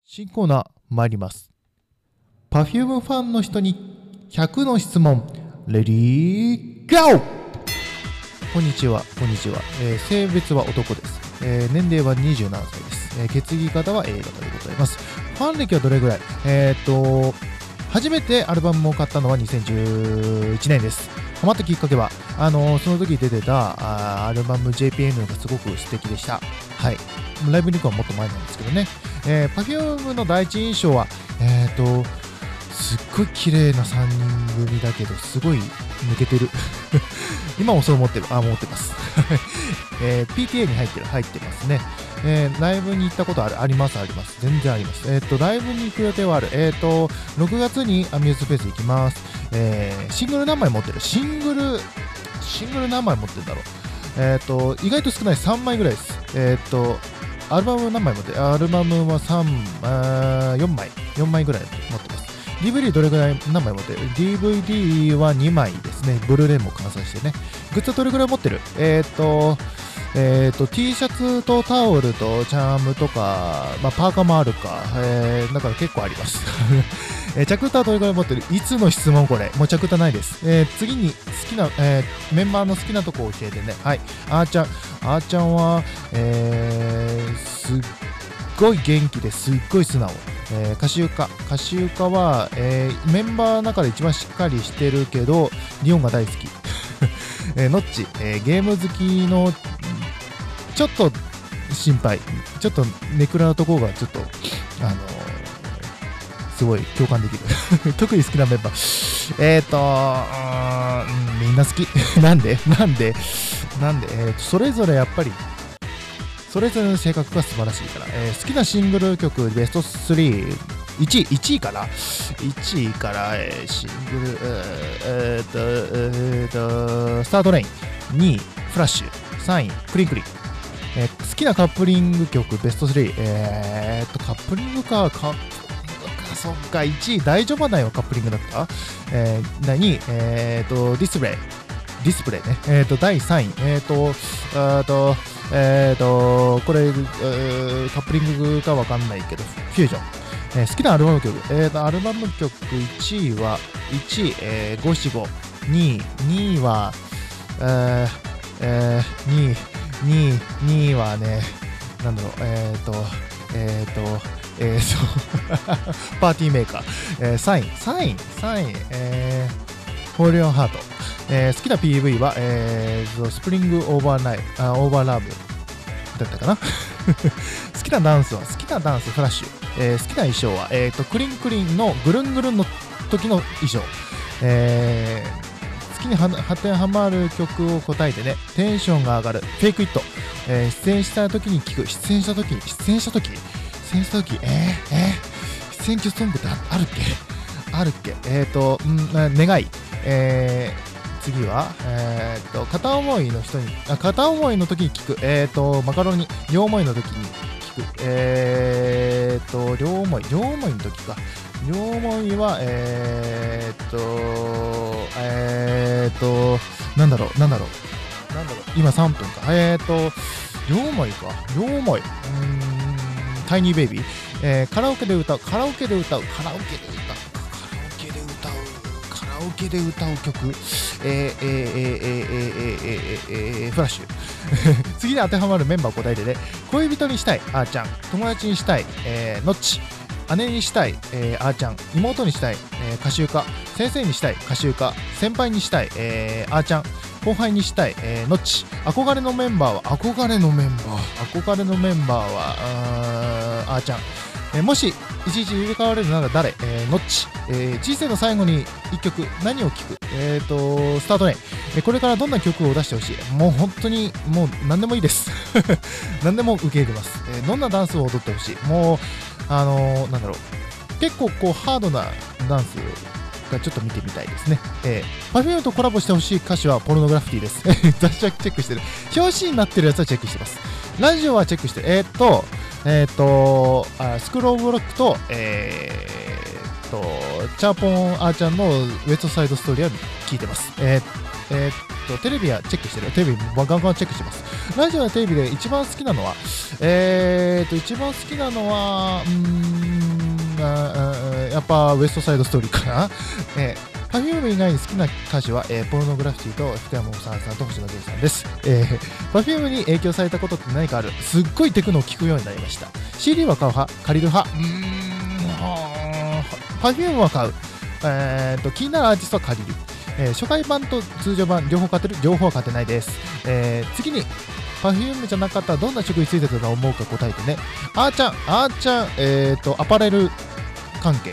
新コーナー参ります。Perfume ファンの人に100の質問。レディーゴー。こんにちは。性別は男です。年齢は27歳です。血液型は A 型でございます。ファン歴はどれぐらい？初めてアルバムを買ったのは2011年です。ハマったきっかけはその時出てたアルバム JPN がすごく素敵でした。はい。ライブに行くのはもっと前なんですけどね。Perfume の第一印象はすっごい綺麗な3人組だけどすごい抜けてる今もそう思ってます。PTA に入ってますね。ライブに行ったことあります。全然あります。ライブに行く予定はある。6月にアミューズフェス行きます。シングル何枚持ってる？シングル何枚持ってるんだろう。意外と少ない。3枚ぐらいです。アルバム何枚持ってる？アルバムは4枚ぐらい持ってます。DVD どれぐらい何枚持ってる？ DVD は2枚ですね。ブルーレイも換算してね。グッズどれぐらい持ってる？T シャツとタオルとチャームとか、パーカーもあるか。だから結構あります。着歌はどれぐらい持ってる？いつの質問これ？もう着歌ないです。次に好きな、メンバーの好きなとこを教えてね。はい。あーちゃんは、すっごい元気ですっごい素直。カシウカは、メンバーの中で一番しっかりしてるけどリオンが大好き。ノッチ、ゲーム好きのちょっと心配、ちょっとネクラなところがちょっとすごい共感できる。特に好きなメンバー、みんな好き。なんでそれぞれやっぱりそれぞれの性格が素晴らしいから、好きなシングル曲ベスト3、1位からシングルスタートレイン、2位フラッシュ、3位クリンクリン。好きなカップリング曲ベスト3、カップリングかそっか。1位大丈夫だよカップリングだった。2位ディスプレイね。第3位これカップリングかわかんないけどフュージョン。好きなアルバム曲、アルバム曲1位は575、2位は2位はね、なんだろう、パーティーメーカー。3位、ホールヨンハート。好きな PV は、スプリングオーバーラブだったかな。好きなダンスフラッシュ。好きな衣装は、クリンクリンのぐるんぐるんの時の衣装。好きに当てはまる曲を答えてね。テンションが上がるフェイクイット。出演した時に聞く。出演した時出演曲ソングってあるっけ。願い。次は、片思いの時に聞く。マカロニ。両思いの時に聞く。両思いの時か。両思いはなんだろう。今3分か。両思い。タイニーベイビー。カラオケで歌う曲。フラッシュ。次に当てはまるメンバーを答えてね。恋人にしたいあーちゃん、友達にしたいノッチ、姉にしたいあーちゃん、妹にしたいカシウカ、先生にしたいカシウカ、先輩にしたいあーちゃん、後輩にしたいノッチ。憧れのメンバーはあーちゃん。もしいちいち入れ替われるなら誰？ノッチ。人生の最後に1曲何を聴く？スタートレイン。これからどんな曲を出してほしい？もう本当にもう何でもいいです。何でも受け入れます。どんなダンスを踊ってほしい？もうなんだろう、結構こうハードなダンスがちょっと見てみたいですね。Perfume とコラボしてほしい歌詞はポルノグラフィティです。雑誌はチェックしてる。表紙になってるやつはチェックしてます。ラジオはチェックしてる。スクロールブロックとチャーポンあーちゃんのウエストサイドストーリーは聞いてます。テレビはチェックしてる。テレビガンガンチェックしてます。ラジオやテレビで一番好きなのはやっぱウエストサイドストーリーかな。Perfume 以外に好きな歌手は、ポルノグラフィティと福山雅治さんと星野源さんです。Perfume に影響されたことって何かある？すっごいテクノを聴くようになりました。CD は買う派？借りる派？Perfume は買う。気になるアーティストは借りる。初回版と通常版両方買ってる？両方は買ってないです。次にPerfume じゃなかったらどんな職についてたと思うか答えてね。あーちゃん、アパレル関係。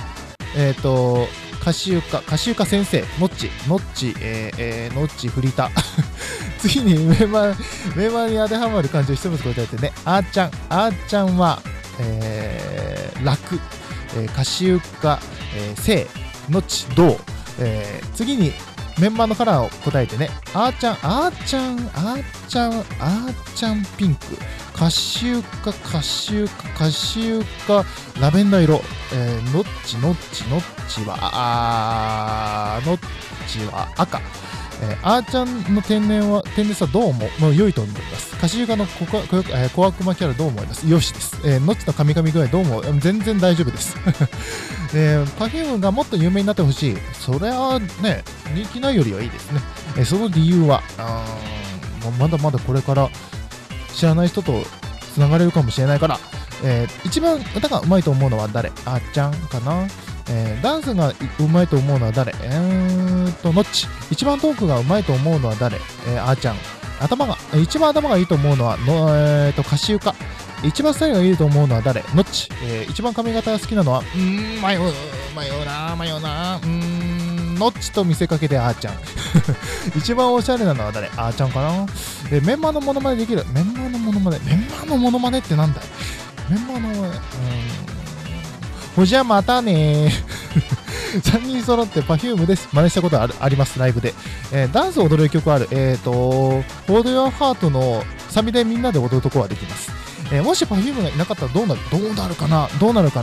カシウカ先生、ノッチ、フリタ。次にメンバーに当てはまる漢字を一つ答えてね。あーちゃんは、楽、カシウカ、聖、ノッチ、銅。次にメンバーのカラーを答えてね。あーちゃんピンク、カシウカラベンダー色、ノッチは赤。あーちゃんの天然さどうも良いと思います。カシウカの小悪魔キャラどう思います？よしです。ノッチの噛み噛み具合どうも全然大丈夫です。Perfume がもっと有名になってほしい。それはね、人気ないよりはいいですね。その理由はまだまだこれから知らない人とつながれるかもしれないから。一番歌がうまいと思うのは誰？あーちゃんかな。ダンスがうまいと思うのは誰？ノッチ。一番トークがうまいと思うのは誰？あーちゃん。一番頭がいいと思うのはカシウカ。一番スタイルがいいと思うのは誰？ノッチ。一番髪型が好きなのは迷うな。ノッチと見せかけてあーちゃん。一番おしゃれなのは誰？あーちゃんかな。メンバーのモノマネできる。メンバーのモノマネってなんだい？メンバーのほじゃまたねー。3人揃って Perfume です。真似したことあります、ライブで。ダンスを踊れる曲ある。Hold Your Heart のサビでみんなで踊るとこはできます。もし Perfume がいなかったらどうなるかな。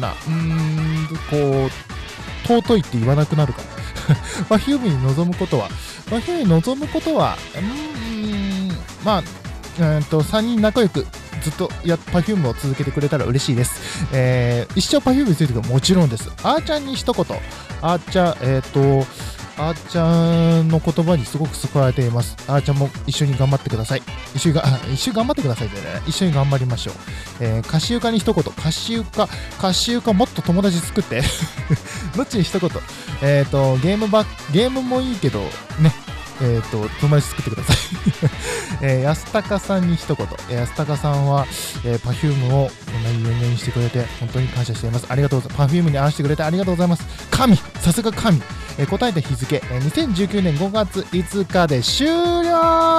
尊いって言わなくなるかな。Perfume に望むことは、3人仲良くずっとPerfume を続けてくれたら嬉しいです。一生Perfumeについてももちろんです。あーちゃんに一言。あーちゃんの言葉にすごく救われています。あーちゃんも一緒に頑張ってください。一緒に頑張ってくださいじゃない。一緒に頑張りましょう。カシウカに一言。カシウカもっと友達作って。どっちに一言。ゲームもいいけど、ね。友達作ってください。安高さんに一言。安高さんは、Perfume をこんなに有名にしてくれて本当に感謝しています。ありがとうございます。Perfume に合わせてくれてありがとうございます。さすが神。答えた日付、2019年5月5日で終了。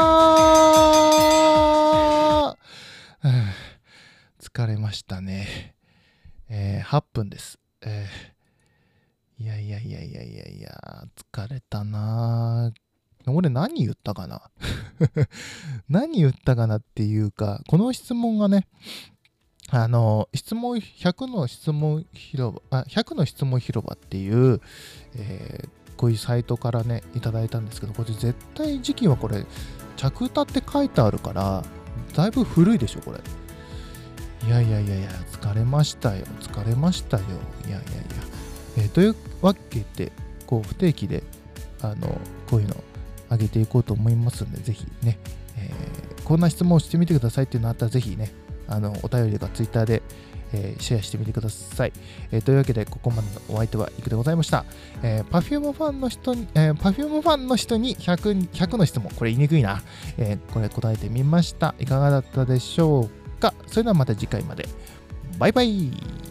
疲れましたね。8分です。いや、疲れたなぁ。俺何言ったかなっていうか、この質問がね、100の質問広場っていう、こういうサイトからね、いただいたんですけど、これ絶対時期はこれ、着歌って書いてあるから、だいぶ古いでしょ、これ。いや、疲れましたよ。というわけで、不定期で、こういうの、上げていこうと思いますので、ぜひね、こんな質問をしてみてくださいっていうのあったら、ぜひね、お便りとかツイッターで、シェアしてみてください。というわけで、ここまでのお相手はイクでございました。Perfume ファンの人に100の質問、これ言いにくいな。これ答えてみました。いかがだったでしょうか。それではまた次回まで。バイバイ。